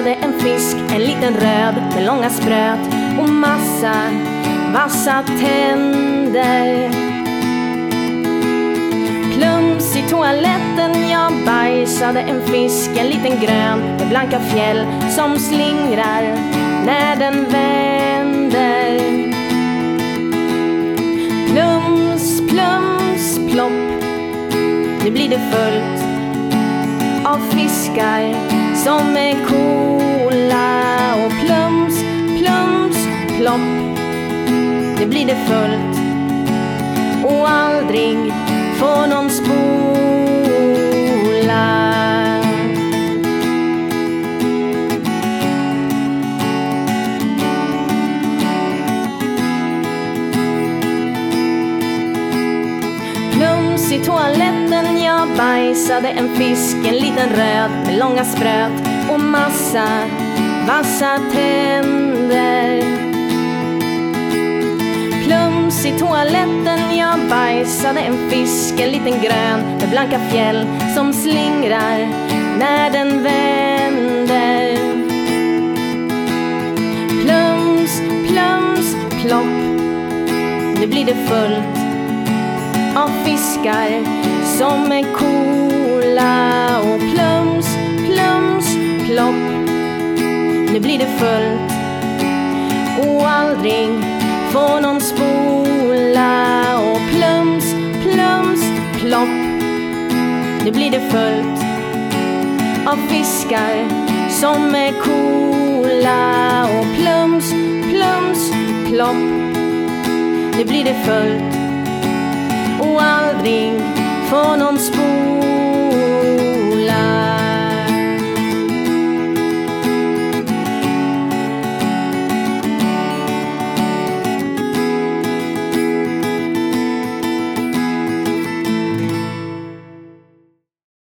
bajsade en fisk, en liten röd med långa spröt och massa vassa tänder. Plums i toaletten, jag bajsade en fisk, en liten grön med blanka fjäll som slingrar när den vänder. Plums, plums, plopp, nu blir det fullt av fiskar som är coola. Och plums, plums, plopp, nu blir det fullt och aldrig får någon spola. Plums i toaletten, jag bajsade en fisk, en liten röd med långa spröt och massa vassa tänder. Plums i toaletten, jag bajsade en fisk, en liten grön med blanka fjäll som slingrar när den vänder. Plums, plums, plopp, nu blir det fullt av fiskar som är coola. Och plums, plums, plopp, nu blir det fullt och aldrig får någon spola. Och plums, plums, plopp, nu blir det fullt av fiskar som är coola. Och plums, plums, plopp, nu blir det fullt och aldrig får någon spola.